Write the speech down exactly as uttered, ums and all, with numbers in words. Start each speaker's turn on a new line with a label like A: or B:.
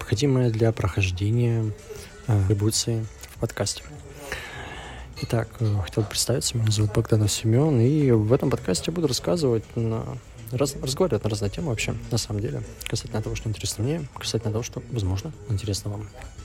A: необходимое для прохождения атрибуции в подкасте. Итак, хотел бы представиться, меня зовут Богданов Семен, и в этом подкасте я буду рассказывать, на, раз, разговаривать на разные темы вообще, на самом деле, касательно того, что интересно мне, касательно того, что, возможно, интересно вам.